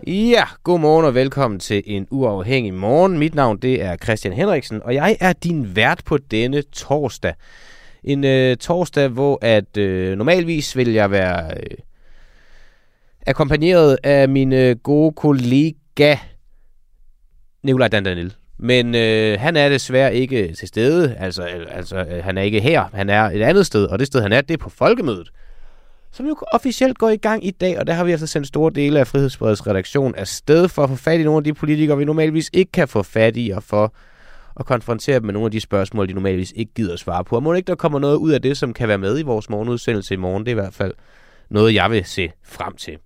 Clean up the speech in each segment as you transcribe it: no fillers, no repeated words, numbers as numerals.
Ja, god morgen og velkommen til en uafhængig morgen. Mit navn det er Christian Henriksen, og jeg er din vært på denne torsdag. En torsdag, hvor normalvis vil jeg være akkompagneret af min gode kollega Nikolaj Dandanil. Men han er desværre ikke til stede, altså han er ikke her, han er et andet sted, og det sted han er, det er på Folkemødet, som jo officielt går i gang i dag, og der har vi altså sendt store dele af Frihedsbredets redaktion afsted for at få fat i nogle af de politikere, vi normalvis ikke kan få fat i, og for at konfrontere dem med nogle af de spørgsmål, de normalvis ikke gider at svare på. Og må ikke der kommer noget ud af det, som kan være med i vores morgenudsendelse i morgen, det er i hvert fald noget, jeg vil se frem til.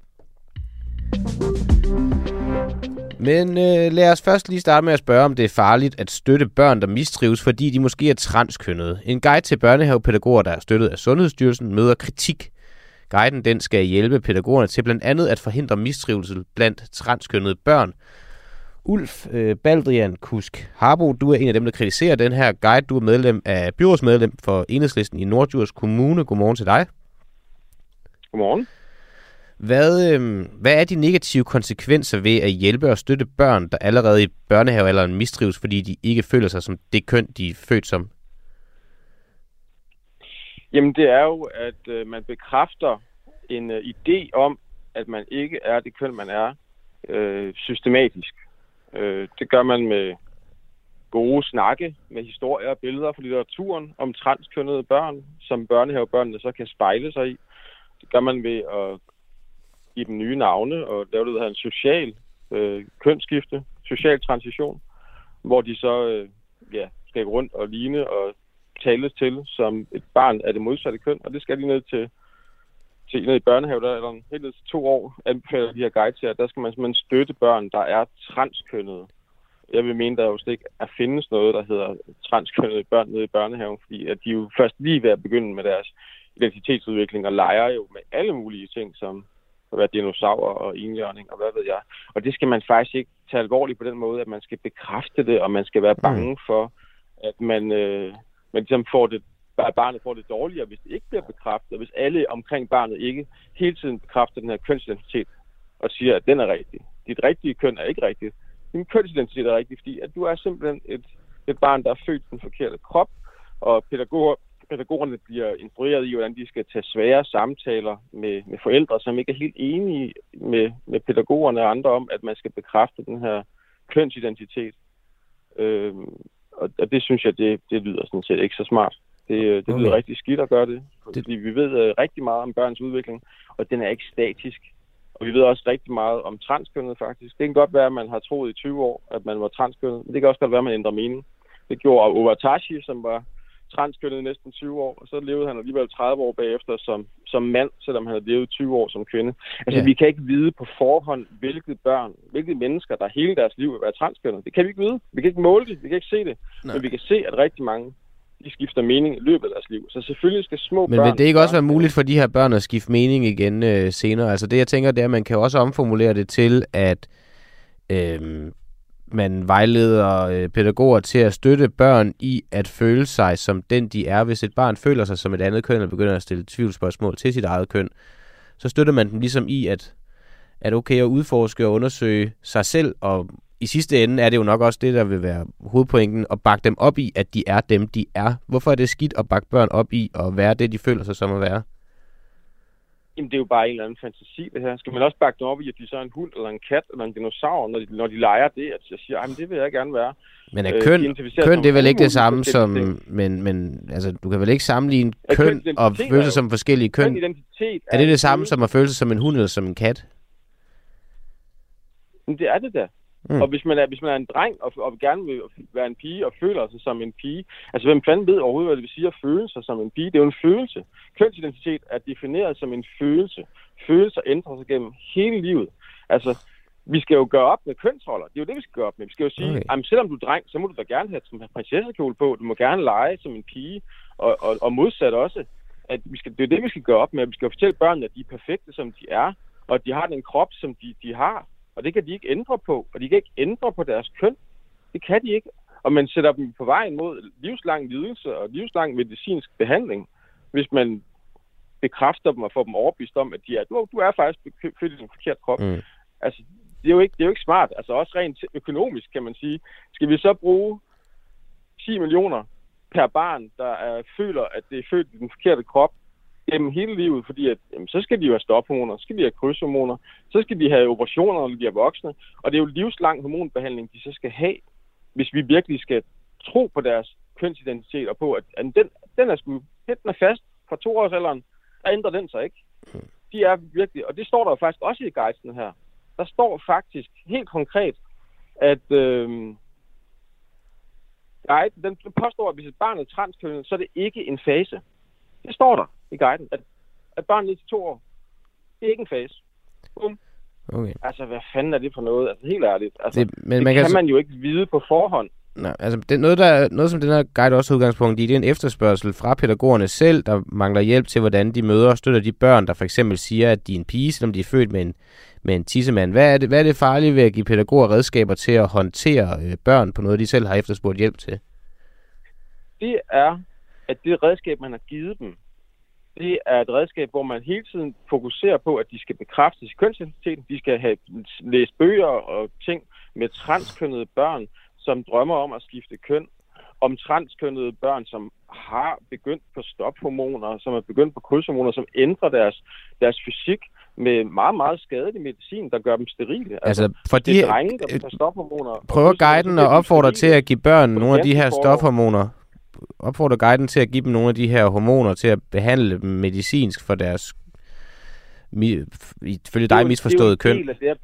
Men lad os først lige starte med at spørge, om det er farligt at støtte børn, der mistrives, fordi de måske er transkønnede. En guide til børnehavepædagoger, der er støttet af Sundhedsstyrelsen, møder kritik. Guiden den skal hjælpe pædagogerne til blandt andet at forhindre mistrivsel blandt transkønnede børn. Ulf Baldrian Kusk Harbo, du er en af dem, der kritiserer den her guide. Du er byrådsmedlem for Enhedslisten i Norddjurs Kommune. Godmorgen til dig. Godmorgen. Hvad er de negative konsekvenser ved at hjælpe og støtte børn, der allerede i børnehavealderen mistrives, fordi de ikke føler sig som det køn, de er født som? Jamen det er jo, at man bekræfter en idé om, at man ikke er det køn, man er, systematisk. Det gør man med gode snakke, med historier og billeder fra litteraturen om transkønnede børn, som børnehavebørnene så kan spejle sig i. Det gør man ved at give dem nye navne og lave det, der hedder en social kønsskifte, social transition, hvor de så skal gå rundt og ligne og tales til som et barn af det modsatte køn, og det skal de ned ned i børnehavealderen, helt ned til 2 år, anbefaler de her guides her, der skal man simpelthen støtte børn, der er transkønnede. Jeg vil mene, der jo slet ikke findes noget, der hedder transkønnede børn nede i børnehaven, fordi at de jo først lige ved at begynde med deres identitetsudvikling og leger jo med alle mulige ting, som at være dinosaurer og enhjørning og hvad ved jeg. Og det skal man faktisk ikke tage alvorligt på den måde, at man skal bekræfte det, og man skal være bange for, at man ligesom barnet får det dårligere, hvis det ikke bliver bekræftet, og hvis alle omkring barnet ikke hele tiden bekræfter den her kønsidentitet og siger, at den er rigtig. Dit rigtige køn er ikke rigtigt. Din kønsidentitet er rigtig, fordi at du er simpelthen et barn, der er født i den forkerte krop, og pædagogerne bliver instrueret i, hvordan de skal tage svære samtaler med forældre, som ikke er helt enige med pædagogerne og andre om, at man skal bekræfte den her kønsidentitet. Og det synes jeg, det lyder sådan set ikke så smart. Det lyder rigtig skidt at gøre det. Fordi vi ved rigtig meget om børns udvikling, og den er ikke statisk. Og vi ved også rigtig meget om transkønnet faktisk. Det kan godt være, at man har troet i 20 år, at man var transkønnet, men det kan også godt være, at man ændrer mening. Det gjorde Owatashi, som var transkønnet i næsten 20 år, og så levede han alligevel 30 år bagefter som mand, selvom han havde levet 20 år som kvinde. Altså, vi kan ikke vide på forhånd, hvilke mennesker, der hele deres liv vil være transkønnet. Det kan vi ikke vide. Vi kan ikke måle det, vi kan ikke se det. Nej. Men vi kan se, at rigtig mange, de skifter mening i løbet af deres liv. Så selvfølgelig skal små børn... Men vil det ikke også være muligt for de her børn at skifte mening igen senere? Altså det, jeg tænker, det er, at man kan også omformulere det til, at man vejleder pædagoger til at støtte børn i at føle sig som den, de er. Hvis et barn føler sig som et andet køn, og begynder at stille tvivlsspørgsmål til sit eget køn, så støtter man dem ligesom i, at okay, at udforske og undersøge sig selv, og i sidste ende er det jo nok også det, der vil være hovedpointen, at bakke dem op i, at de er dem, de er. Hvorfor er det skidt at bakke børn op i at være det, de føler sig som at være? Jamen, det er jo bare en eller anden fantasi, det her. Skal man også bakke dem op i, at de så er en hund, eller en kat, eller en dinosaur, når de leger det, at jeg siger, det vil jeg gerne være. Men køn det er vel ikke det samme som... Men altså, du kan vel ikke sammenligne køn og føle sig som forskellige køn? Er det samme som at føle sig som en hund eller som en kat? Men det er det da. Og hvis man er en dreng og gerne vil være en pige og føler sig som en pige, altså hvem fanden ved overhovedet, hvad det vil sige at føle sig som en pige? Det er jo en følelse. Kønsidentitet er defineret som en følelse. Følelser ændrer sig gennem hele livet. Altså, vi skal jo gøre op med kønsroller. Det er jo det, vi skal gøre op med. Vi skal jo sige, at selvom du er dreng, så må du da gerne have som prinsessekjole på. Du må gerne lege som en pige, og modsat også. At det er det, vi skal gøre op med. Vi skal jo fortælle børnene, at de er perfekte, som de er, og at de har den krop, som de har. Og det kan de ikke ændre på, og de kan ikke ændre på deres køn. Det kan de ikke. Og man sætter dem på vejen mod livslang lidelse og livslang medicinsk behandling, hvis man bekræfter dem og får dem overbevist om, at du er faktisk født i en forkert krop. Altså, det er jo ikke smart. Altså også rent økonomisk, kan man sige. Skal vi så bruge 10 millioner per barn, der føler, at det er født i den forkerte krop gennem hele livet, fordi at, så skal de jo have stophormoner, så skal de have krydshormoner, så skal de have operationer, når de er voksne, og det er jo livslang hormonbehandling, de så skal have, hvis vi virkelig skal tro på deres kønsidentitet, og på, at den er fast fra 2-årsalderen, der ændrer den sig ikke. De er virkelig, og det står der jo faktisk også i guiden her. Der står faktisk helt konkret, at guiden, den påstår, at hvis et barn er transkønnet, så er det ikke en fase. Det står der i guiden, at barn ned til 2 år, det er ikke en fase. Okay. Altså, hvad fanden er det for noget? Altså, helt ærligt. Altså, det kan man jo ikke vide på forhånd. Nej, altså det er noget, som den her guide også har udgangspunkt i, det er en efterspørgsel fra pædagogerne selv, der mangler hjælp til, hvordan de møder og støtter de børn, der for eksempel siger, at de er en pige, selvom de er født med en tissemand. Hvad er det farlige ved at give pædagoger redskaber til at håndtere børn på noget, de selv har efterspurgt hjælp til? Det er, at det redskab, man har givet dem, det er et redskab, hvor man hele tiden fokuserer på, at de skal bekræftes i kønsidentiteten. De skal have læst bøger og ting med transkønnede børn, som drømmer om at skifte køn. Om transkønnede børn, som har begyndt på stophormoner, som er begyndt på krydshormoner, som ændrer deres fysik med meget, meget skadelig medicin, der gør dem sterile. Altså for de drenge, der tager stophormoner. Prøver guiden at opfordre til at give børn nogle af de her stophormoner? Opfordrer guiden til at give dem nogle af de her hormoner til at behandle dem medicinsk for deres ifølge dig misforstået køn?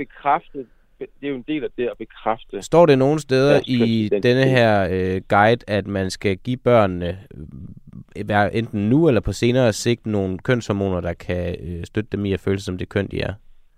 Det er jo en del af det at bekræfte. Står det nogle steder i denne her guide, at man skal give børnene enten nu eller på senere sigt nogle kønshormoner, der kan støtte dem i at føle sig som det køn, de er?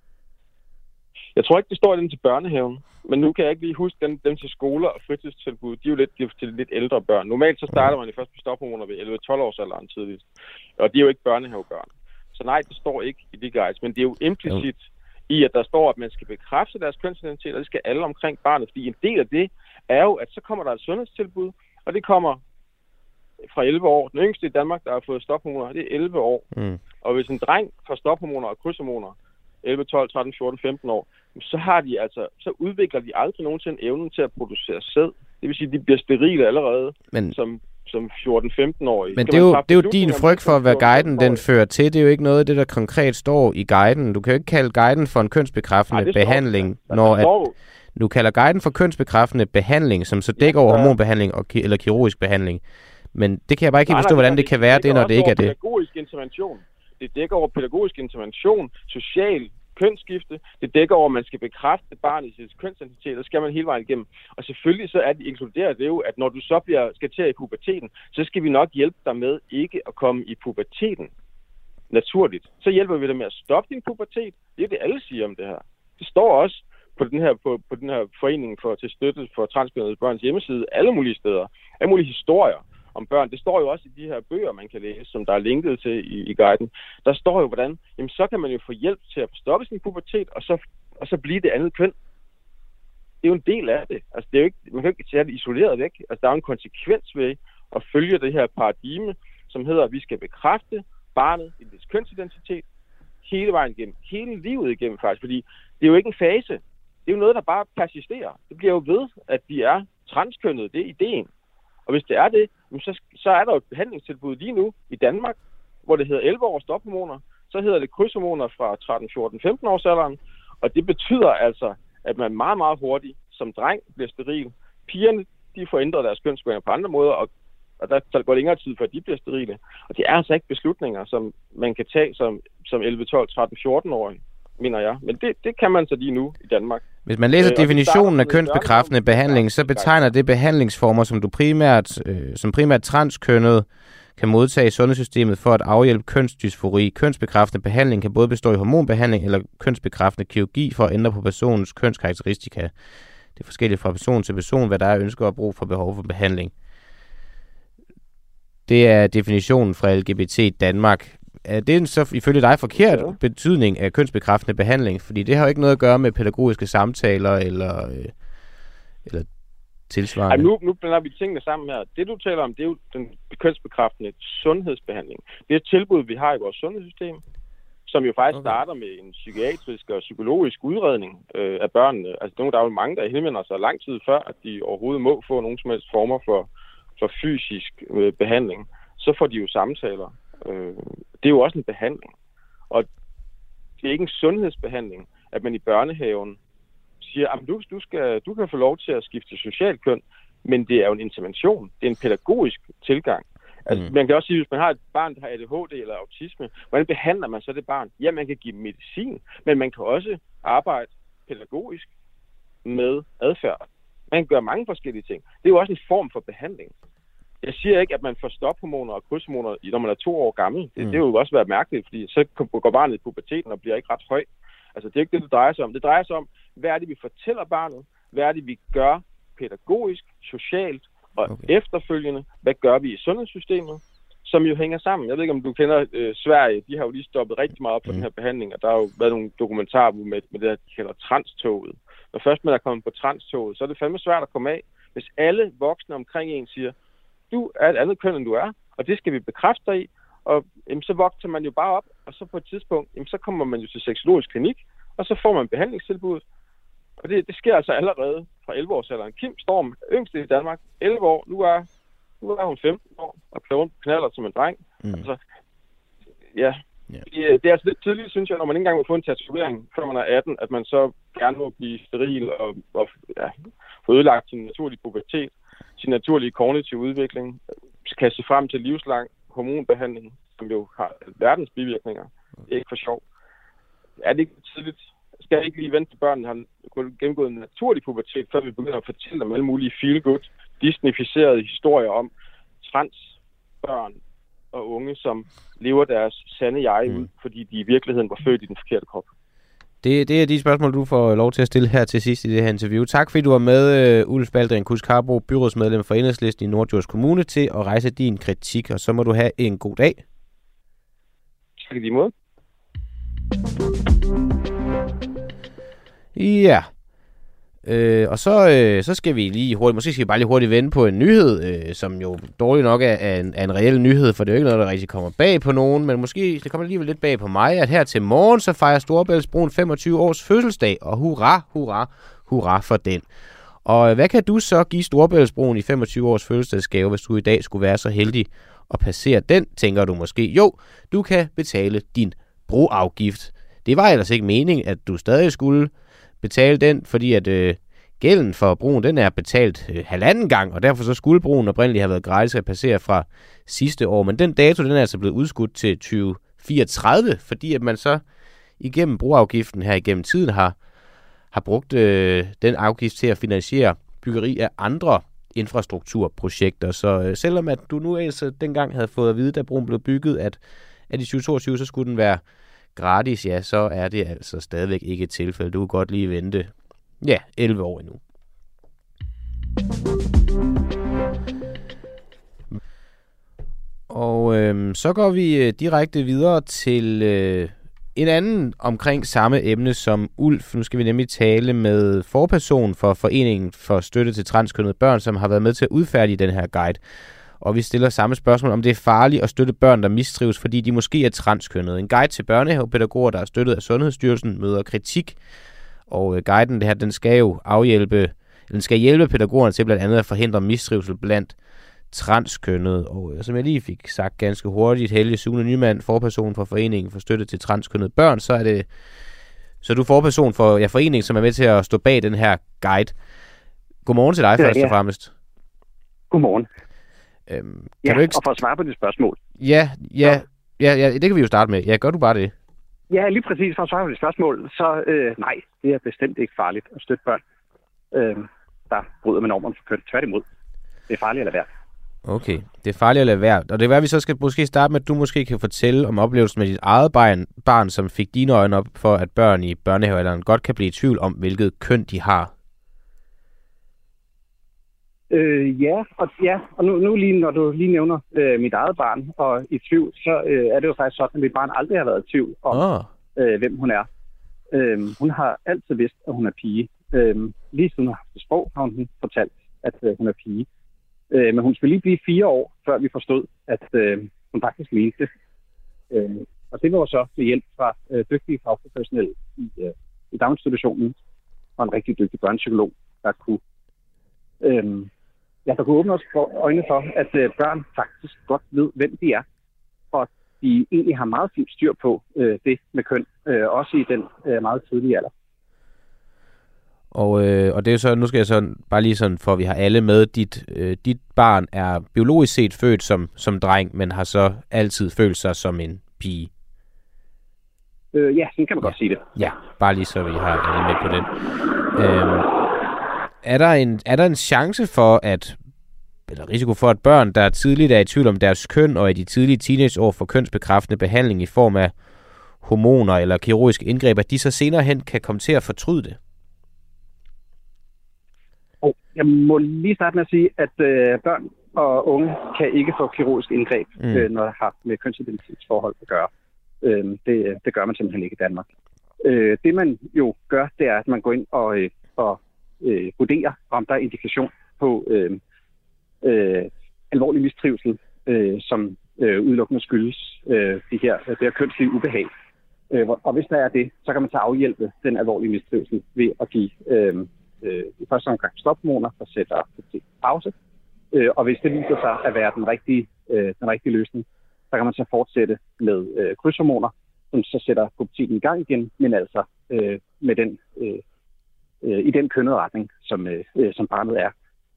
Jeg tror ikke, det står i den til børnehaven. Men nu kan jeg ikke lige huske dem til skoler og fritidstilbud. De er jo til lidt ældre børn. Normalt så starter man jo først på stophormoner ved 11-12 års alderen tidligst. Og de er jo ikke børnehavebørn. Så nej, det står ikke i de guides. Men det er jo implicit i, at der står, at man skal bekræfte deres kønsidentitet, og det skal alle omkring barnet. Fordi en del af det er jo, at så kommer der et sundhedstilbud, og det kommer fra 11 år. Den yngste i Danmark, der har fået stophormoner, det er 11 år. Og hvis en dreng får stophormoner og krydshormoner, 11, 12, 13, 14, 15 år, så udvikler de aldrig nogensinde evnen til at producere sæd. Det vil sige, at de bliver sterile allerede som 14-15-årige. Men det er jo din frygt for, hvad guiden den fører til. Det er jo ikke noget af det, der konkret står i guiden. Du kan jo ikke kalde guiden for en kønsbekræftende behandling, du kalder guiden for kønsbekræftende behandling, som så dækker over hormonbehandling eller kirurgisk behandling. Men det kan jeg bare ikke helt forstå, hvordan det kan være det, når det ikke er det. Pædagogisk intervention. Det dækker over pædagogisk intervention, social kønsskifte. Det dækker over, at man skal bekræfte barnets kønsidentitet, og skal man hele vejen igennem. Og selvfølgelig så er det inkluderet det jo, at når du så skal til i puberteten, så skal vi nok hjælpe dig med ikke at komme i puberteten naturligt. Så hjælper vi dig med at stoppe din pubertet. Det er det, alle siger om det her. Det står også på den her forening til støtte for transkønnede børns hjemmeside, alle mulige steder, alle mulige historier om børn. Det står jo også i de her bøger, man kan læse, som der er linket til i guiden. Der står jo, hvordan, jamen så kan man jo få hjælp til at stoppe sin pubertet, og så blive det andet køn. Det er jo en del af det. Altså, det er jo ikke, man kan ikke tage det isoleret væk. Altså, der er jo en konsekvens ved at følge det her paradigme, som hedder, at vi skal bekræfte barnet i dets kønsidentitet hele vejen igennem. Hele livet igennem faktisk, fordi det er jo ikke en fase. Det er jo noget, der bare persisterer. Det bliver jo ved, at de er transkønnede. Det er ideen. Og hvis det er det, så er der jo et behandlingstilbud lige nu i Danmark, hvor det hedder 11 års stophormoner. Så hedder det krydshormoner fra 13, 14, 15 års alderen. Og det betyder altså, at man meget, meget hurtigt som dreng bliver steril. Pigerne, de får ændret deres kønsskæring på andre måder, og der går længere tid, før de bliver sterile. Og det er altså ikke beslutninger, som man kan tage som 11, 12, 13, 14-årig, mener jeg. Men det kan man så lige nu i Danmark. Hvis man læser definitionen af kønsbekræftende behandling, så betegner det behandlingsformer, som du primært transkønnet kan modtage i sundhedssystemet for at afhjælpe kønsdysfori. Kønsbekræftende behandling kan både bestå i hormonbehandling eller kønsbekræftende kirurgi for at ændre på personens kønskarakteristika. Det er forskelligt fra person til person, hvad der er ønsker og brug for behov for behandling. Det er definitionen fra LGBT Danmark. Er det så ifølge dig forkert betydning af kønsbekræftende behandling? Fordi det har jo ikke noget at gøre med pædagogiske samtaler eller tilsvarende. Ej, nu blander vi tingene sammen her. Det du taler om, det er jo den kønsbekræftende sundhedsbehandling. Det er et tilbud, vi har i vores sundhedssystem, som jo faktisk starter med en psykiatrisk og psykologisk udredning af børnene. Altså der er jo mange, der henvender sig lang tid før, at de overhovedet må få nogen som helst former for fysisk behandling. Så får de jo samtaler. Det er jo også en behandling. Og det er ikke en sundhedsbehandling, at man i børnehaven siger, at du kan få lov til at skifte socialt køn, men det er jo en intervention. Det er en pædagogisk tilgang. Altså, man kan også sige, hvis man har et barn, der har ADHD eller autisme, hvordan behandler man så det barn? Ja, man kan give dem medicin, men man kan også arbejde pædagogisk med adfærd. Man kan gøre mange forskellige ting. Det er jo også en form for behandling. Jeg siger ikke, at man får stophormoner og krydshormoner, når man er 2 år gammel. Det vil jo også være mærkeligt, fordi så går barnet i puberteten og bliver ikke ret høj. Altså, det er ikke det drejer sig om. Det drejer sig om, hvad er det, vi fortæller barnet? Hvad er det, vi gør pædagogisk, socialt og efterfølgende? Hvad gør vi i sundhedssystemet? Som jo hænger sammen. Jeg ved ikke, om du kender Sverige. De har jo lige stoppet rigtig meget op på den her behandling, og der har jo været nogle dokumentarer med det, der de kalder transtoget. Når først man er kommet på transtoget, så er det fandme svært at komme af. Hvis alle voksne omkring en siger, du er et andet køn, end du er, og det skal vi bekræfte dig i, og så vokser man jo bare op, og så på et tidspunkt, så kommer man jo til seksologisk klinik, og så får man behandlingstilbud. Og det sker altså allerede fra 11-årsalderen. Kim Storm, yngste i Danmark, 11 år, nu er hun 15 år, og knaller som en dreng. Altså, ja. Det er altså lidt tidligt, synes jeg, når man ikke engang må få en tatovering, før man er 18, at man så gerne må blive steril og få ødelagt sin naturlige pubertet, sin naturlige kognitive udvikling, kan se frem til livslang hormonbehandling, som jo har verdens bivirkninger. Det er ikke for sjov. Er det ikke tidligt? Skal jeg ikke lige vente til børnene har gennemgået en naturlig pubertet, før vi begynder at fortælle dem alle mulige feel-good, disneyficerede historier om transbørn og unge, som lever deres sande jeg ud, fordi de i virkeligheden var født i den forkerte krop. Det er de spørgsmål, du får lov til at stille her til sidst i det her interview. Tak fordi du var med, Ulf Baldrin Kuskarbro, byrådsmedlem for Enhedslisten i Norddjurs Kommune, til at rejse din kritik, og så må du have en god dag. Tak i lige måde. Ja. Og så skal vi lige hurtigt, måske skal vi bare lige hurtigt vende på en nyhed, som jo dårligt nok er en reel nyhed, for det er jo ikke noget, der rigtig kommer bag på nogen, men måske det kommer alligevel lidt bag på mig, at her til morgen, så fejrer Storebæltsbroen 25 års fødselsdag, og hurra, hurra, hurra for den. Og hvad kan du så give Storebæltsbroen i 25 års fødselsdagsgave, hvis du i dag skulle være så heldig at passere den, tænker du måske? Jo, du kan betale din broafgift. Det var ellers ikke meningen, at du stadig skulle betale den, fordi at gælden for broen, den er betalt 1,5 gang, og derfor så skulle broen oprindeligt have været gratis at passere fra sidste år. Men den dato, den er altså blevet udskudt til 2034, fordi at man så igennem broafgiften her igennem tiden har brugt den afgift til at finansiere byggeri af andre infrastrukturprojekter. Så selvom at du nu altså dengang havde fået at vide, da broen blev bygget, at i 2022 så skulle den være gratis, ja, så er det altså stadigvæk ikke et tilfælde. Du kan godt lige vente, 11 år endnu. Og så går vi direkte videre til en anden omkring samme emne som Ulf. Nu skal vi nemlig tale med forperson for Foreningen for Støtte til Transkønnede Børn, som har været med til at udfærdige den her guide. Og vi stiller samme spørgsmål, om det er farligt at støtte børn, der mistrives, fordi de måske er transkønnede. En guide til børnehavepædagoger, der er støttet af Sundhedsstyrelsen, møder kritik. Og guiden, den skal jo hjælpe pædagogerne til blandt andet at forhindre mistrivsel blandt transkønnede. Og som jeg lige fik sagt ganske hurtigt, Helge Sune Nyman, forperson for Foreningen for Støtte til Transkønnede Børn, så er du forperson for foreningen, som er med til at stå bag den her guide. Godmorgen til dig først og fremmest. Godmorgen. Kan du ikke... og for at svare på dit spørgsmål. Ja, det kan vi jo starte med. Ja, gør du bare det? Ja, lige præcis for at svare på dit spørgsmål, så nej, det er bestemt ikke farligt at støtte børn, der bryder med normerne for køn. Tværtimod. Det er farligt at lade være. Okay, det er farligt at lade være. Og det er hvad vi så skal måske starte med, at du måske kan fortælle om oplevelsen med dit eget barn, som fik dine øjne op for, at børn i børnehavealderen godt kan blive i tvivl om, hvilket køn de har. Og nu lige, når du lige nævner mit eget barn og i tvivl, så er det jo faktisk sådan, at mit barn aldrig har været i tvivl om, hvem hun er. Hun har altid vidst, at hun er pige. Lige siden hun har haft sprog, har hun fortalt, at hun er pige. Men hun skulle lige blive 4 år, før vi forstod, at hun faktisk mente det. Og det var så med hjælp fra dygtige fagprofessionelle i daginstitutionen, og en rigtig dygtig børnepsykolog, der kunne åbne os øjnene for, at børn faktisk godt ved, hvem de er, og de egentlig har meget fint styr på det med køn, også i den meget tidlige alder. Og det er jo så, nu skal jeg så bare lige sådan, for vi har alle med, dit barn er biologisk set født som dreng, men har så altid følt sig som en pige. Ja, sådan kan man godt sige det. Ja, bare lige så vi har alle med på den. Er der en chance for, eller risiko for, at børn, der tidligt er i tvivl om deres køn, og i de tidlige teenageår får kønsbekræftende behandling i form af hormoner eller kirurgiske indgreb, at de så senere hen kan komme til at fortryde det? Jeg må lige starte med at sige, at børn og unge kan ikke få kirurgisk indgreb, når det har med kønsidentitetsforhold at gøre. Det gør man simpelthen ikke i Danmark. Det man jo gør, det er, at man går ind og vurderer, om der er indikation på alvorlig mistrivsel, som udelukkende skyldes det her kønslige ubehag. Og hvis der er det, så kan man så afhjælpe den alvorlige mistrivsel ved at give i første omgang stophormoner, der sætter pause. Og hvis det viser sig at være den rigtige løsning, så kan man så fortsætte med krydshormoner, som så sætter puberteten i gang igen, men altså med den i den kønnede retning, som barnet er.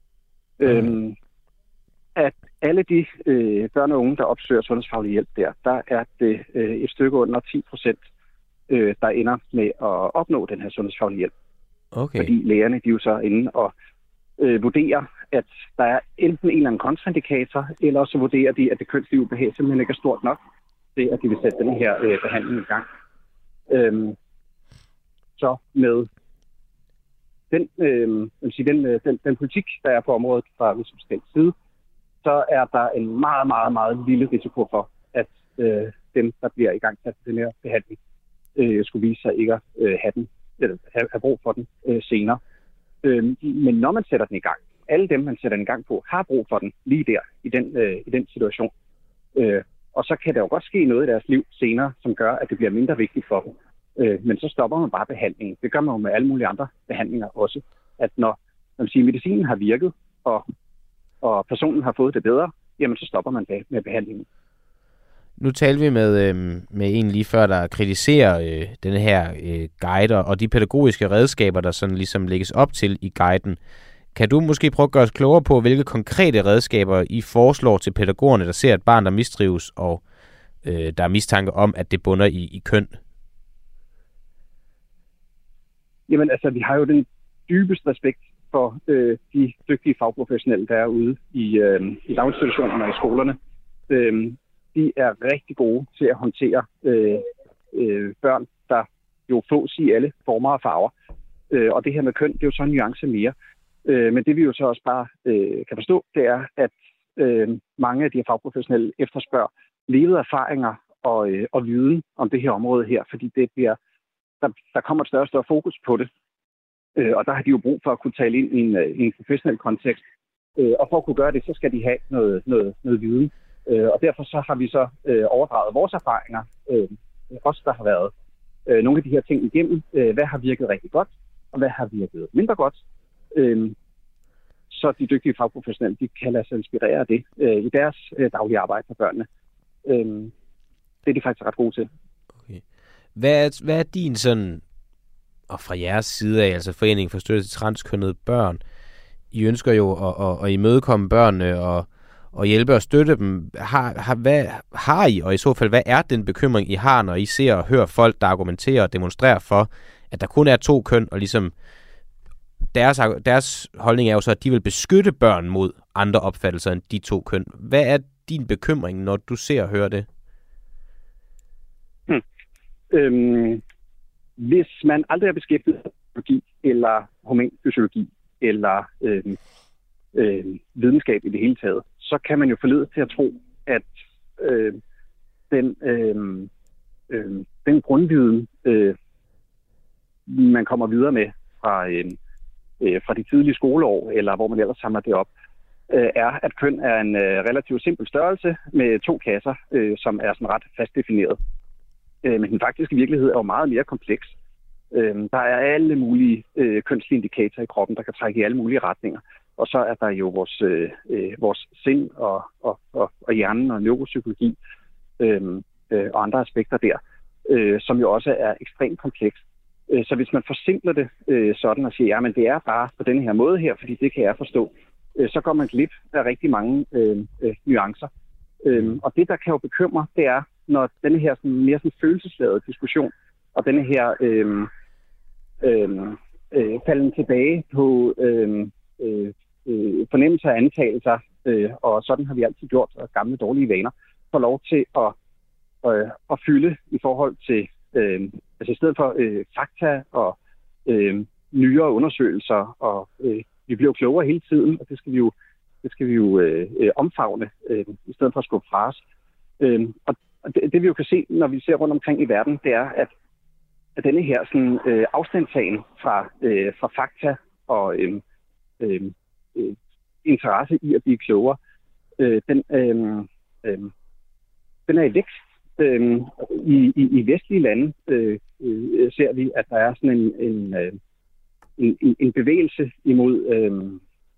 At alle de børn og unge, der opsøger sundhedsfaglig hjælp der er det et stykke under 10%, der ender med at opnå den her sundhedsfaglige hjælp. Okay. Fordi lægerne, de er jo så inde og vurderer, at der er enten en eller anden kontraindikator, eller så vurderer de, at det kønslige ubehag simpelthen ikke er stort nok til, at de vil sætte den her behandling i gang. Så med den politik, der er på området fra Rigshospitalets side, så er der en meget, meget, meget lille risiko for, at dem, der bliver i gang med den her behandling, skulle vise sig ikke at have brug for den senere. Men når man sætter den i gang, alle dem, man sætter den i gang på, har brug for den lige der, i den situation. Og så kan der jo godt ske noget i deres liv senere, som gør, at det bliver mindre vigtigt for dem. Men så stopper man bare behandlingen. Det gør man jo med alle mulige andre behandlinger også. At når medicinen har virket, og personen har fået det bedre, jamen så stopper man med behandlingen. Nu talte vi med en lige før, der kritiserer denne her guider og de pædagogiske redskaber, der sådan ligesom lægges op til i guiden. Kan du måske prøve at gøre os klogere på, hvilke konkrete redskaber I foreslår til pædagogerne, der ser et barn, der mistrives, og der er mistanke om, at det bunder i køn? Jamen altså, vi har jo den dybeste respekt for de dygtige fagprofessionelle, der er ude i daginstitutionerne og i skolerne. De er rigtig gode til at håndtere børn, der jo fås i alle former og farver. Og det her med køn, det er jo så en nuance mere. Men det vi jo så også bare kan forstå, det er, at mange af de her fagprofessionelle efterspørger levede erfaringer og viden om det her område her, fordi det bliver, der kommer et større og større fokus på det. Og der har de jo brug for at kunne tale ind i en professionel kontekst. Og for at kunne gøre det, så skal de have noget viden. Og derfor så har vi så overdraget vores erfaringer, også der har været nogle af de her ting igennem. Hvad har virket rigtig godt, og hvad har virket mindre godt. Så de dygtige fagprofessionelle, de kan lade sig inspirere af det i deres daglige arbejde med børnene. Det er de faktisk ret gode til. Okay. Hvad er din sådan, og fra jeres side af, altså Foreningen for Støtte til Transkønnede Børn, I ønsker jo at imødekomme børnene og hjælpe og støtte dem. Hvad har I, og i så fald, hvad er den bekymring, I har, når I ser og hører folk, der argumenterer og demonstrerer for, at der kun er to køn, og ligesom deres holdning er jo så, at de vil beskytte børn mod andre opfattelser end de to køn. Hvad er din bekymring, når du ser og hører det? Hvis man aldrig er beskæftiget med biologi eller humanfysiologi eller videnskab i det hele taget, så kan man jo forlede til at tro, at den grundviden, man kommer videre med fra de tidlige skoleår, eller hvor man ellers samler det op, er, at køn er en relativt simpel størrelse med to kasser, som er sådan ret fast defineret. Men den faktiske virkelighed er jo meget mere kompleks. Der er alle mulige kønslige indikatorer i kroppen, der kan trække i alle mulige retninger. Og så er der jo vores sind og hjernen og neuropsykologi og andre aspekter der, som jo også er ekstremt kompleks. Så hvis man forsimpler det sådan og siger, ja, men det er bare på denne her måde her, fordi det kan jeg forstå, så går man glip af rigtig mange nuancer. Og det, der kan jo bekymre, det er, når denne her sådan, mere sådan følelsesladede diskussion, og denne her falden tilbage på fornemmelser og antagelser, og sådan har vi altid gjort, og gamle dårlige vaner, får lov til at fylde i forhold til, altså i stedet for fakta og nyere undersøgelser, og vi bliver klogere hele tiden, og det skal vi jo omfavne, i stedet for at skubbe fra os. Og det vi jo kan se, når vi ser rundt omkring i verden, det er, at denne her sådan, afstandtagen fra fakta og interesse i at blive klogere, den er i vækst. I vestlige lande ser vi, at der er sådan en bevægelse imod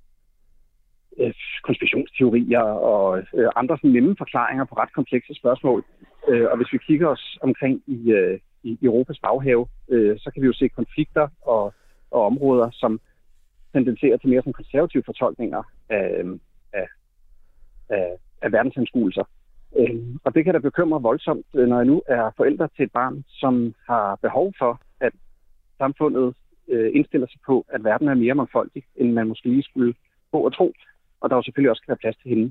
konspirationsteorier og andre sådan nemme forklaringer på ret komplekse spørgsmål. Og hvis vi kigger os omkring i Europas baghave, så kan vi jo se konflikter og områder, som tendenserer til mere sådan konservative fortolkninger af verdensanskuelser. Og det kan da bekymre voldsomt, når jeg nu er forældre til et barn, som har behov for, at samfundet indstiller sig på, at verden er mere mangfoldig, end man måske lige skulle gå og tro. Og der jo selvfølgelig også skal være plads til hende.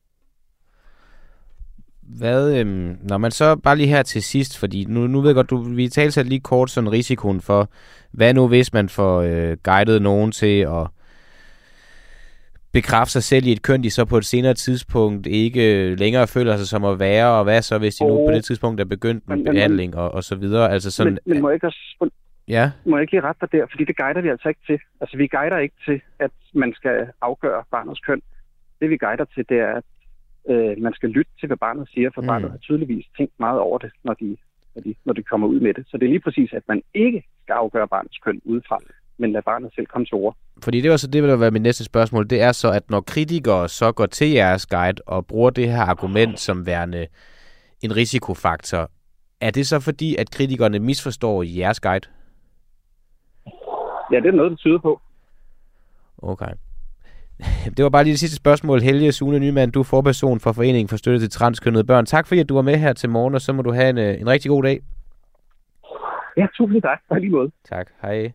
Når man så bare lige her til sidst, fordi nu ved jeg godt, vi talte lige kort sådan risikoen for, hvad nu hvis man får guidet nogen til at bekræfte sig selv i et køn, de så på et senere tidspunkt ikke længere føler sig som at være, og hvad så hvis de nu på det tidspunkt er begyndt med behandling og så videre. Altså sådan, men må jeg ikke også... Ja. Må jeg ikke lige rette dig der, fordi det guider vi altså ikke til. Altså vi guider ikke til, at man skal afgøre barnets køn. Det vi guider til, det er, at man skal lytte til, hvad barnet siger, for barnet har tydeligvis tænkt meget over det, når de kommer ud med det. Så det er lige præcis, at man ikke skal afgøre barnets køn udefra, men lad barnet selv komme til ord. Fordi det var så det, vil være mit næste spørgsmål. Det er så, at når kritikere så går til jeres guide og bruger det her argument som værende en risikofaktor, er det så fordi, at kritikerne misforstår jeres guide? Ja, det er noget, det tyder på. Okay. Det var bare lige det sidste spørgsmål. Helge Sune Nyman, du er forperson for Foreningen for Støtte til Transkønnede Børn. Tak fordi, at du var med her til morgen, og så må du have en rigtig god dag. Ja, tusind tak. På lige måde. Tak. Hej.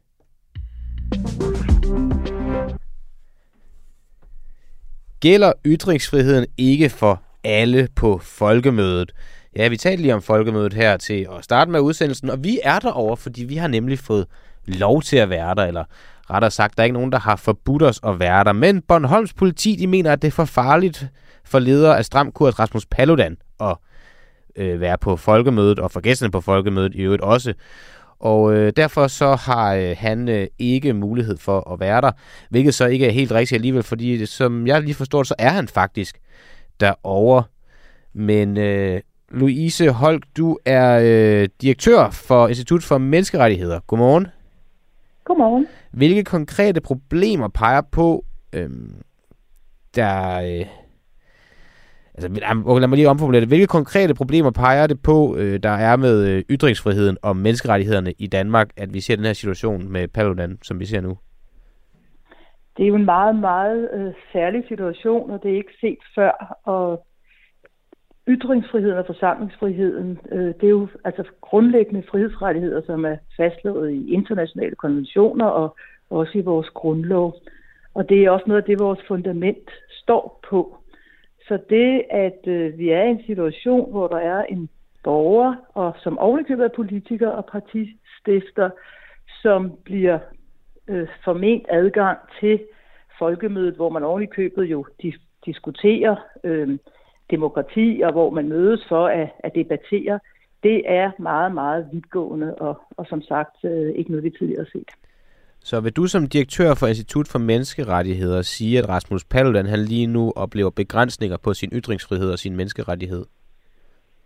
Gælder ytringsfriheden ikke for alle på folkemødet? Ja, vi talte lige om folkemødet her til at starte med udsendelsen, og vi er derovre, fordi vi har nemlig fået lov til at være der, eller rettere sagt, der er ikke nogen, der har forbudt os at være der. Men Bornholms politi, de mener, at det er for farligt for leder af Stram Kurs Rasmus Paludan at være på folkemødet, og for gæsterne på folkemødet i øvrigt også. Og derfor så har han ikke mulighed for at være der, hvilket så ikke er helt rigtigt alligevel, fordi som jeg lige forstår, så er han faktisk derovre. Men Louise Holk, du er direktør for Institut for Menneskerettigheder. Godmorgen. Godmorgen. Hvilke konkrete problemer peger på, lad mig lige omformulere det. Hvilke konkrete problemer peger det på, der er med ytringsfriheden og menneskerettighederne i Danmark, at vi ser den her situation med Paludan, som vi ser nu? Det er jo en meget, meget særlig situation, og det er ikke set før. Og ytringsfriheden og forsamlingsfriheden, det er jo altså grundlæggende frihedsrettigheder, som er fastslået i internationale konventioner og også i vores grundlov. Og det er også noget af det, vores fundament står på. Så det, at vi er i en situation, hvor der er en borger, og som ovenikøbet er politiker og partistifter, som bliver forment adgang til folkemødet, hvor man ovenikøbet jo diskuterer demokrati, og hvor man mødes for at debattere, det er meget, meget vidtgående, og som sagt ikke noget, vi tidligere har set. Så vil du som direktør for Institut for Menneskerettigheder sige, at Rasmus Paludan han lige nu oplever begrænsninger på sin ytringsfrihed og sin menneskerettighed?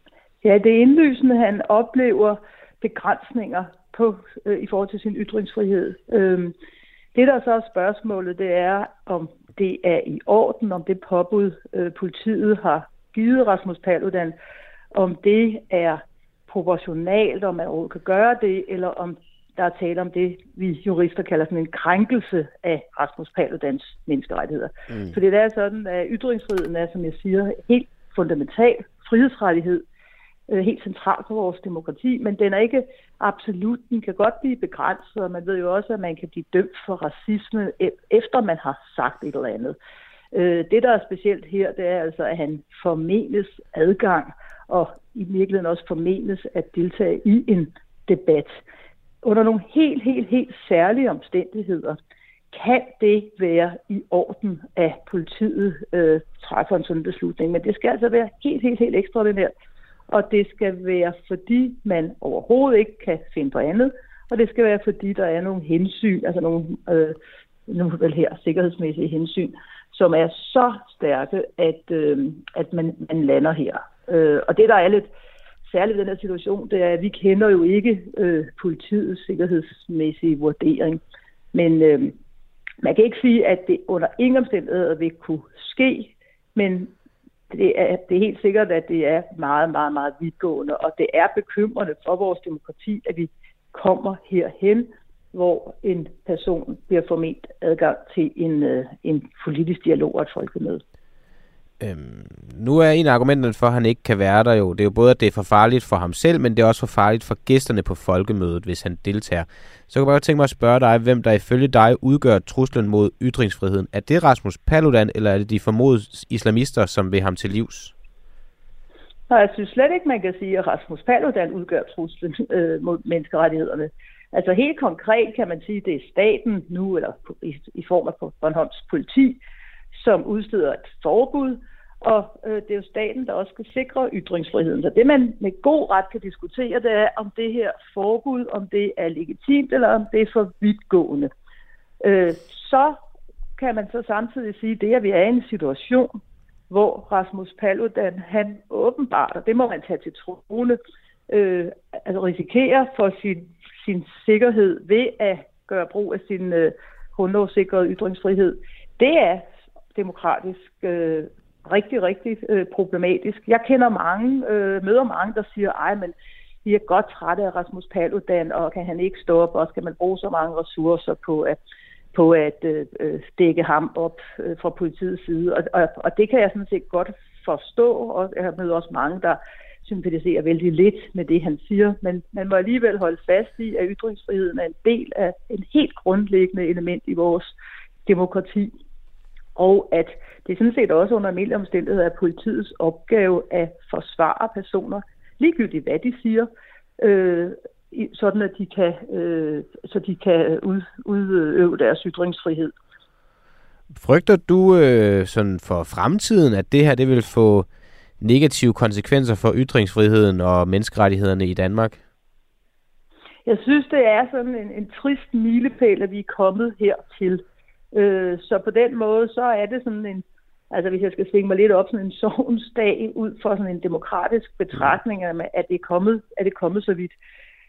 Ja, det er indlysende, han oplever begrænsninger i forhold til sin ytringsfrihed. Det, der så er spørgsmålet, det er, om det er i orden, om det påbud, politiet har givet Rasmus Paludan, om det er proportionalt, om man overhovedet kan gøre det, eller om der er tale om det, vi jurister kalder sådan en krænkelse af Rasmus Paludans menneskerettigheder. Fordi det er sådan, at ytringsfriheden er, som jeg siger, helt fundamental frihedsrettighed, helt central for vores demokrati, men den er ikke absolut. Den kan godt blive begrænset, og man ved jo også, at man kan blive dømt for racisme, efter man har sagt et eller andet. Det, der er specielt her, det er altså, at han formenes adgang, og i virkeligheden også formenes at deltage i en debat. Under nogle helt særlige omstændigheder kan det være i orden, at politiet træffer en sådan beslutning. Men det skal altså være helt ekstraordinært. Og det skal være, fordi man overhovedet ikke kan finde på andet. Og det skal være, fordi der er nogle hensyn, altså nogle vel her sikkerhedsmæssige hensyn, som er så stærke, at man lander her. Og det, der er lidt særligt i den her situation, det er, at vi kender jo ikke politiets sikkerhedsmæssige vurdering. Men man kan ikke sige, at det under ingen omstændigheder vil kunne ske, men det er helt sikkert, at det er meget vidtgående, og det er bekymrende for vores demokrati, at vi kommer herhen, hvor en person bliver forment adgang til en politisk dialog og et folkemøde. Nu er en af argumenterne for, at han ikke kan være der jo, det er jo både, at det er for farligt for ham selv, men det er også for farligt for gæsterne på folkemødet, hvis han deltager. Så kan jeg bare tænke mig at spørge dig, hvem der ifølge dig udgør truslen mod ytringsfriheden. Er det Rasmus Paludan, eller er det de formodede islamister, som vil ham til livs? Nej, jeg synes slet ikke, man kan sige, at Rasmus Paludan udgør truslen mod menneskerettighederne. Altså helt konkret kan man sige, at det er staten nu, eller i form af Bornholms politi, som udsteder et forbud, og det er jo staten, der også skal sikre ytringsfriheden. Så det, man med god ret kan diskutere, det er, om det her forbud, om det er legitimt, eller om det er for vidtgående. Så kan man så samtidig sige, det at vi er i en situation, hvor Rasmus Paludan, han åbenbart, og det må man tage til troende, altså risikerer for sin sikkerhed ved at gøre brug af sin grundlovssikrede ytringsfrihed. Det er demokratisk rigtig problematisk. Jeg kender møder mange, der siger, men vi er godt trætte af Rasmus Paludan, og kan han ikke stå op, og skal man bruge så mange ressourcer på at dække ham op fra politiets side. Og det kan jeg sådan set godt forstå, og jeg møder også mange, der sympatiserer vældig lidt med det, han siger, men man må alligevel holde fast i, at ytringsfriheden er en del af en helt grundlæggende element i vores demokrati. Og at det sådan set også under almindelige omstændigheder er politiets opgave at forsvare personer, ligegyldigt hvad de siger, sådan at de kan udøve deres ytringsfrihed. Frygter du sådan for fremtiden, at det her det vil få negative konsekvenser for ytringsfriheden og menneskerettighederne i Danmark? Jeg synes, det er sådan en trist milepæl, at vi er kommet hertil. Så på den måde, så er det sådan altså hvis jeg skal svinge mig lidt op, sådan en sorgens dag ud for sådan en demokratisk betragtning, at det er kommet så vidt.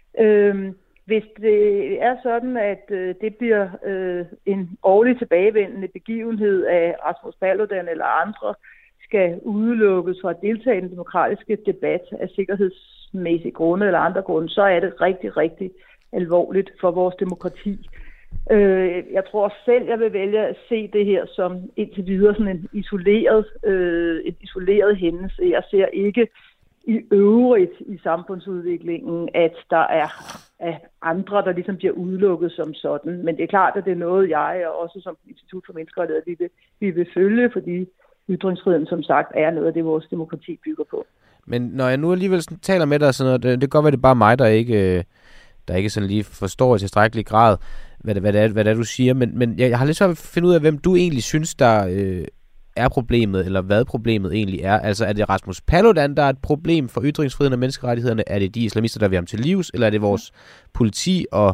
Hvis det er sådan, at det bliver en årlig tilbagevendende begivenhed af Rasmus Paludan eller andre skal udelukkes fra at deltage i den demokratiske debat af sikkerhedsmæssige grunde eller andre grunde, så er det rigtig alvorligt for vores demokrati. Jeg tror selv, jeg vil vælge at se det her som indtil videre sådan en isoleret hændelse. Jeg ser ikke i øvrigt i samfundsudviklingen, at der er andre, der ligesom bliver udelukket som sådan. Men det er klart, at det er noget, jeg og også som Institut for Menneskerettigheder, vi vil følge, fordi ytringsfriheden, som sagt, er noget af det, vores demokrati bygger på. Men når jeg nu alligevel taler med dig, sådan noget, det kan godt være, det er bare mig, der ikke sådan lige forstår i tilstrækkelig grad, hvad det er, du siger, men jeg har lidt svært at finde ud af, hvem du egentlig synes, der er problemet, eller hvad problemet egentlig er. Altså, er det Rasmus Paludan, der er et problem for ytringsfriheden og menneskerettighederne? Er det de islamister, der vil ham til livs? Eller er det vores politi og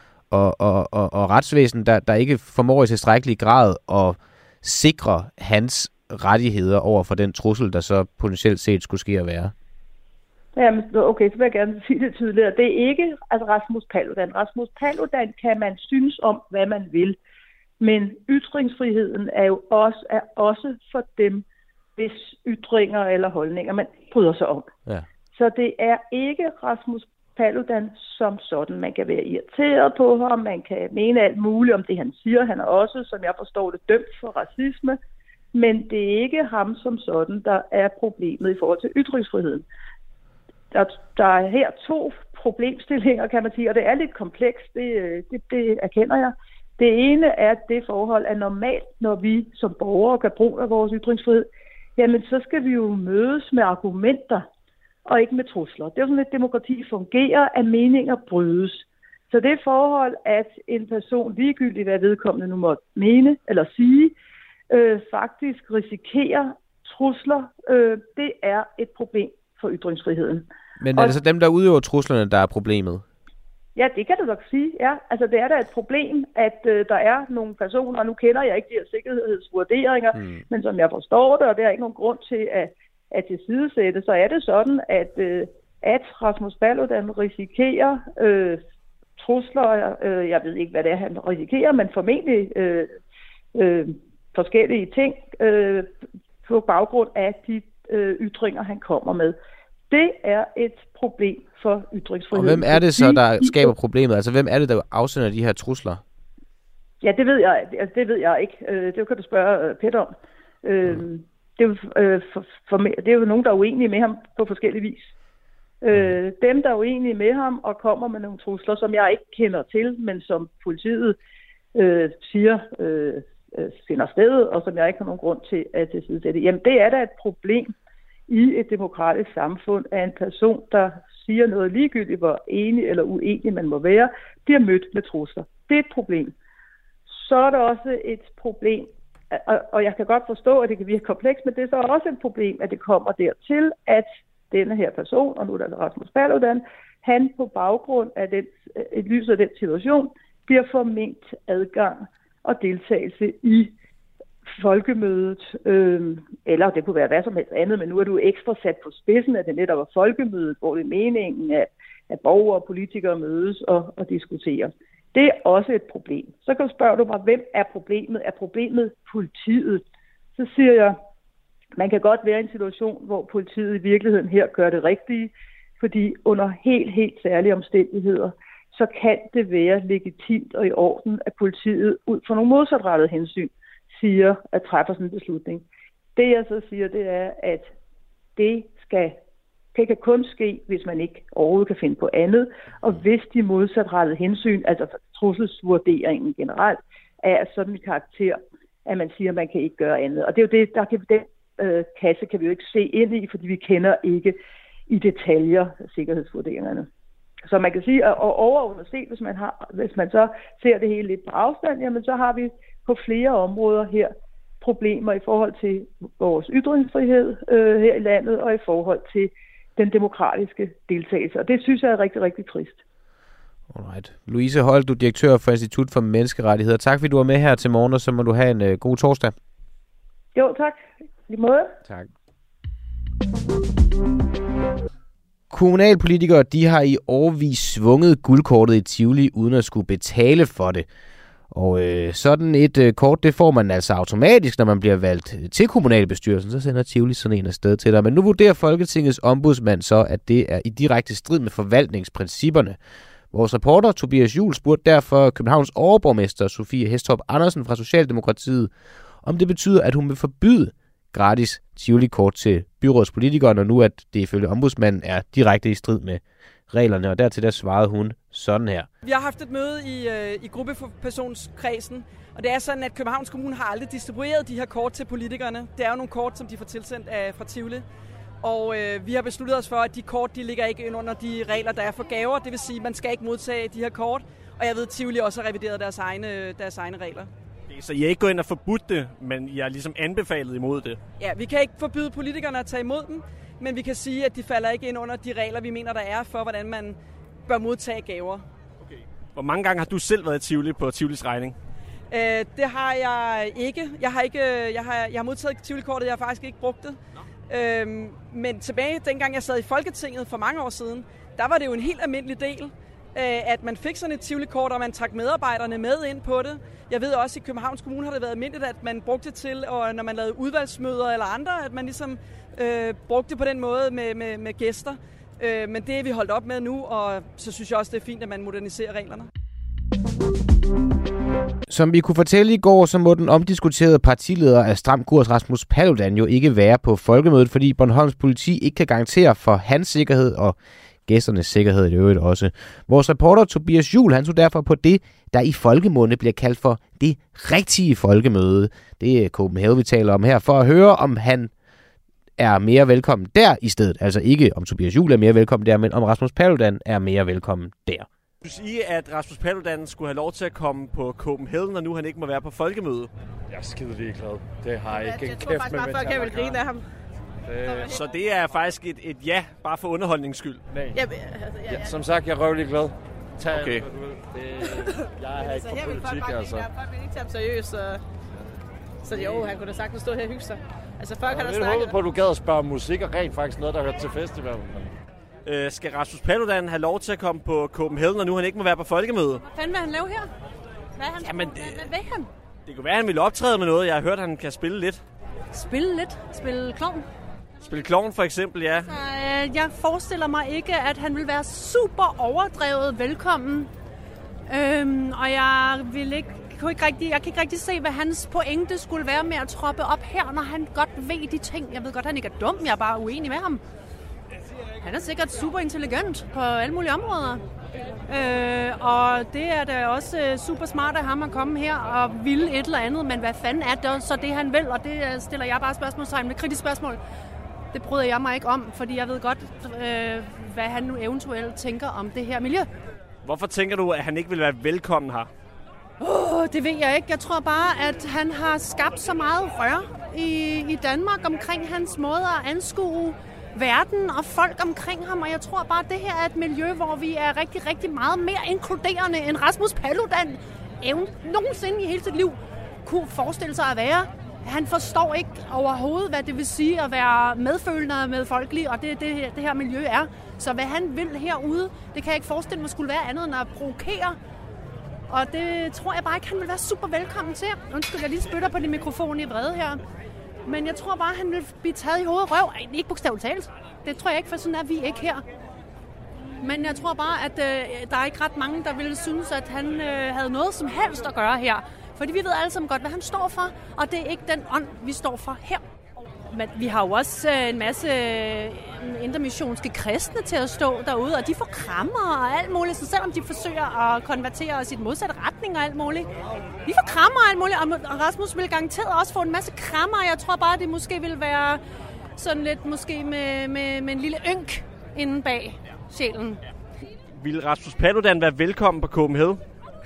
retsvæsen, der ikke formår i tilstrækkelig grad at sikre hans rettigheder over for den trussel, der så potentielt set skulle ske at være? Jamen, okay, så vil jeg gerne sige det tydeligere. Det er ikke Rasmus Paludan. Rasmus Paludan kan man synes om, hvad man vil. Men ytringsfriheden er jo også for dem, hvis ytringer eller holdninger man bryder sig om. Ja. Så det er ikke Rasmus Paludan som sådan. Man kan være irriteret på ham, man kan mene alt muligt om det, han siger. Han er også, som jeg forstår det, dømt for racisme. Men det er ikke ham som sådan, der er problemet i forhold til ytringsfriheden. Der er her 2 problemstillinger, kan man sige, og det er lidt komplekst, det erkender jeg. Det ene er det forhold, at normalt, når vi som borgere kan bruge af vores ytringsfrihed, jamen så skal vi jo mødes med argumenter, og ikke med trusler. Det er jo sådan, at demokrati fungerer, at meninger brydes. Så det forhold, at en person, ligegyldigt hvad vedkommende nu måtte mene eller sige, faktisk risikerer trusler, det er et problem for ytringsfriheden. Men er det så dem, der udøver truslerne, der er problemet? Ja, det kan du nok sige, ja. Altså, det er da et problem, at der er nogle personer, og nu kender jeg ikke de her sikkerhedsvurderinger, men som jeg forstår det, og der er ikke nogen grund til at tilsidesætte, så er det sådan, at Rasmus Paludan risikerer trusler, jeg ved ikke, hvad det er, han risikerer, men formentlig forskellige ting på baggrund af de ytringer, han kommer med. Det er et problem for ytringsfriheden. Og hvem er det så, der skaber problemet? Altså, hvem er det, der afsender de her trusler? Ja, det ved jeg ikke. Det kan du spørge Peter om. Det er jo nogen, der er uenige med ham på forskellige vis. Dem, der er uenige med ham og kommer med nogle trusler, som jeg ikke kender til, men som politiet siger finder sted, og som jeg ikke har nogen grund til at tilsidesætte. Jamen, det er da et problem i et demokratisk samfund, at en person, der siger noget ligegyldigt, hvor enig eller uenig man må være, bliver mødt med trusler. Det er et problem. Så er der også et problem, og jeg kan godt forstå, at det kan virke komplekst, men det er så også et problem, at det kommer dertil, at denne her person, og nu er der Rasmus Paludan, han på baggrund af et lys af den situation, bliver forment adgang og deltagelse i folkemødet, eller det kunne være hvad som helst andet, men nu er du ekstra sat på spidsen, at det netop er folkemødet, hvor det er meningen, at borgere og politikere mødes og diskuterer. Det er også et problem. Så kan du spørge dig mig, hvem er problemet? Er problemet politiet? Så siger jeg, man kan godt være i en situation, hvor politiet i virkeligheden her gør det rigtige, fordi under helt særlige omstændigheder, så kan det være legitimt og i orden, at politiet ud fra nogle modsatrettede hensyn siger, at træffer sådan en beslutning. Det jeg så siger, det er, at det kan kun ske, hvis man ikke overhovedet kan finde på andet, og hvis de modsatrettede hensyn, altså trusselsvurderingen generelt, er sådan en karakter, at man siger, at man kan ikke gøre andet. Og det er jo det, der kan den kasse kan vi jo ikke se ind i, fordi vi kender ikke i detaljer sikkerhedsvurderingerne. Så man kan sige, at overordnet set, hvis man så ser det hele lidt på afstand, jamen så har vi på flere områder her problemer i forhold til vores ytringsfrihed her i landet, og i forhold til den demokratiske deltagelse. Og det synes jeg er rigtig, rigtig trist. Alright. Louise Holt, du er direktør for Institut for Menneskerettigheder. Tak fordi du var med her til morgen, og så må du have en god torsdag. Jo, tak. Lige måde. Tak. Kommunalpolitikere, de har i årevis svunget guldkortet i Tivoli, uden at skulle betale for det. Og sådan et kort, det får man altså automatisk, når man bliver valgt til kommunalbestyrelsen. Så sender Tivoli sådan en afsted til dig. Men nu vurderer Folketingets ombudsmand så, at det er i direkte strid med forvaltningsprincipperne. Vores reporter Tobias Juhl spurgte derfor Københavns overborgmester Sofie Hæstrup Andersen fra Socialdemokratiet, om det betyder, at hun vil forbyde gratis Tivoli-kort til byrådspolitikere, når nu at det ifølge ombudsmanden er direkte i strid med reglerne. Og dertil der svarede hun sådan her. Vi har haft et møde i gruppepersonskredsen, og det er sådan, at Københavns Kommune har aldrig distribueret de her kort til politikerne. Det er jo nogle kort, som de får tilsendt fra Tivoli. Og vi har besluttet os for, at de kort, de ligger ikke ind under de regler, der er for gaver. Det vil sige, at man skal ikke modtage de her kort. Og jeg ved, at Tivoli også har revideret deres egne regler. Så I er ikke gået ind og forbudt det, men I er ligesom anbefalet imod det? Ja, vi kan ikke forbyde politikerne at tage imod dem, men vi kan sige, at de falder ikke ind under de regler, vi mener, der er for, hvordan man bør modtage gaver. Okay. Hvor mange gange har du selv været i Tivoli på Tivolis regning? Det har jeg ikke. Jeg har modtaget Tivoli-kortet, jeg har faktisk ikke brugt det. Men tilbage, dengang jeg sad i Folketinget for mange år siden, der var det jo en helt almindelig del, at man fik sådan et Tivoli-kort, og man trak medarbejderne med ind på det. Jeg ved også, at i Københavns Kommune har det været almindeligt, at man brugte det til, og når man lavede udvalgsmøder eller andre, at man ligesom brugte det på den måde med gæster. Men det er vi holdt op med nu, og så synes jeg også, det er fint, at man moderniserer reglerne. Som vi kunne fortælle i går, så må den omdiskuterede partileder af Stram Kurs, Rasmus Paludan, jo ikke være på folkemødet, fordi Bornholms politi ikke kan garantere for hans sikkerhed og gæsternes sikkerhed i øvrigt også. Vores reporter Tobias Juhl, han tog derfor på det, der i folkemunde bliver kaldt for det rigtige folkemøde. Det er Copenhagen, vi taler om her, for at høre, om han er mere velkommen der i stedet. Altså ikke om Tobias Juhl er mere velkommen der, men om Rasmus Paludan er mere velkommen der. Synes I, at Rasmus Paludan skulle have lov til at komme på Copenhagen, når nu han ikke må være på folkemøde? Jeg er skide ligeglad. Det har jeg ikke en kæft med. Jeg tror faktisk bare, folk kan vel grine af ham. Så det er faktisk et ja, bare for underholdningens skyld? Nej. Ja, som sagt, jeg er røvlig glad. Okay. Jeg er ikke på politik, altså. Folk vil ikke tage ham seriøst, så jo, han kunne da sagtens stå her og hygge sig. Altså, folk har da snakket. snakket. Jeg håber på, at du gad at spørge om musik, og rent faktisk noget, der hører til festivalen. Skal Rasmus Paludan have lov til at komme på Copenhagen, når nu han ikke må være på folkemøde? Hvad fanden vil han lave her? Hvad er han? Jamen, hvad vil han? Det kunne være, at han ville optræde med noget. Jeg har hørt, at han kan spille lidt. Spille lidt? Spille klovn? Spille klovn for eksempel, ja. Jeg forestiller mig ikke, at han vil være super overdrevet velkommen. Og jeg kan ikke rigtig se, hvad hans pointe skulle være med at troppe op her, når han godt ved de ting. Jeg ved godt, han ikke er dum. Jeg er bare uenig med ham. Han er sikkert super intelligent på alle mulige områder. Og det er da også super smart af ham at komme her og ville et eller andet. Men hvad fanden er det så det, han vil? Og det stiller jeg bare spørgsmålstegn med kritisk spørgsmål. Det bryder jeg mig ikke om, fordi jeg ved godt, hvad han nu eventuelt tænker om det her miljø. Hvorfor tænker du, at han ikke vil være velkommen her? Det ved jeg ikke. Jeg tror bare, at han har skabt så meget rør i Danmark omkring hans måde at anskue verden og folk omkring ham, og jeg tror bare, at det her er et miljø, hvor vi er rigtig, rigtig meget mere inkluderende, end Rasmus Paludan nogensinde i hele sit liv kunne forestille sig at være. Han forstår ikke overhovedet, hvad det vil sige at være medfølende og medfolkelig, og det her miljø er. Så hvad han vil herude, det kan jeg ikke forestille mig skulle være andet end at provokere. Og det tror jeg bare ikke, han vil være super velkommen til. Undskyld, jeg lige spytter på din mikrofon i vrede her. Men jeg tror bare, han vil blive taget i hovedet røv. Ikke bogstaveligt talt. Det tror jeg ikke, for sådan er vi ikke her. Men jeg tror bare, at der er ikke ret mange, der ville synes, at han havde noget som helst at gøre her. Fordi vi ved alle sammen godt, hvad han står for, og det er ikke den ånd, vi står for her. Men vi har jo også en masse intermissionske kristne til at stå derude, og de får krammer og alt muligt, så selvom de forsøger at konvertere os i den modsatte retning og alt muligt. Vi får krammer og alt muligt, og Rasmus vil garanteret også få en masse krammer. Jeg tror bare, det måske vil være sådan lidt måske med en lille ynk inde bag sjælen. Vil Rasmus Paludan være velkommen på Copenhagen?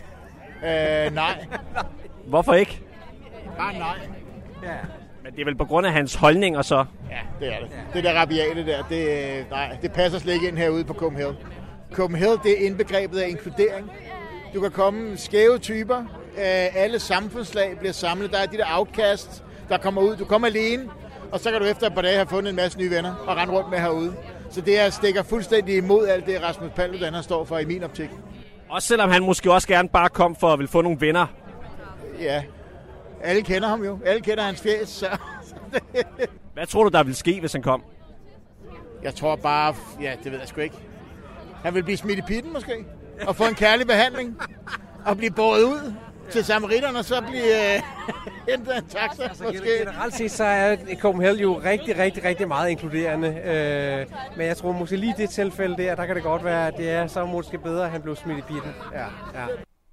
Nej. Hvorfor ikke? Bare nej. Ja. Men det er vel på grund af hans holdninger så? Ja, det er det. Det der rabiate der, det passer slet ikke ind herude på Copenhagen. Copenhagen, det er indbegrebet af inkludering. Du kan komme skæve typer. Alle samfundslag bliver samlet. Der er de der outcasts, der kommer ud. Du kommer alene, og så kan du efter et par dage have fundet en masse nye venner og rende rundt med herude. Så det her stikker fuldstændig imod alt det, Rasmus Paludan han står for i min optik. Også selvom han måske også gerne bare kom for at ville få nogle venner. Ja, alle kender ham jo. Alle kender hans fjes. Så. Hvad tror du, der vil ske, hvis han kom? Jeg tror bare, ja, det ved jeg sgu ikke. Han vil blive smidt i pitten måske, og få en kærlig behandling, og blive båret ud til samaritterne, og så blive hentet en taxa måske. Generelt set, så er Copenhagen jo rigtig meget inkluderende. Men jeg tror måske lige det tilfælde der kan det godt være, at det er så måske bedre, at han blev smidt i pitten. Ja.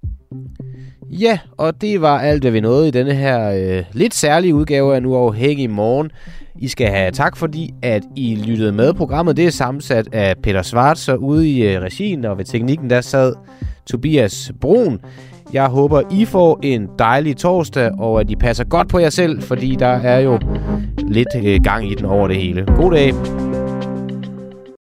Ja, og det var alt, hvad vi nåede i denne her lidt særlige udgave af Nu Uafhængig Morgen. I skal have tak, fordi at I lyttede med. Programmet det er sammensat af Peter Schwartz, og ude i regien og ved teknikken, der sad Tobias Brun. Jeg håber, I får en dejlig torsdag, og at I passer godt på jer selv, fordi der er jo lidt gang i den over det hele. God dag.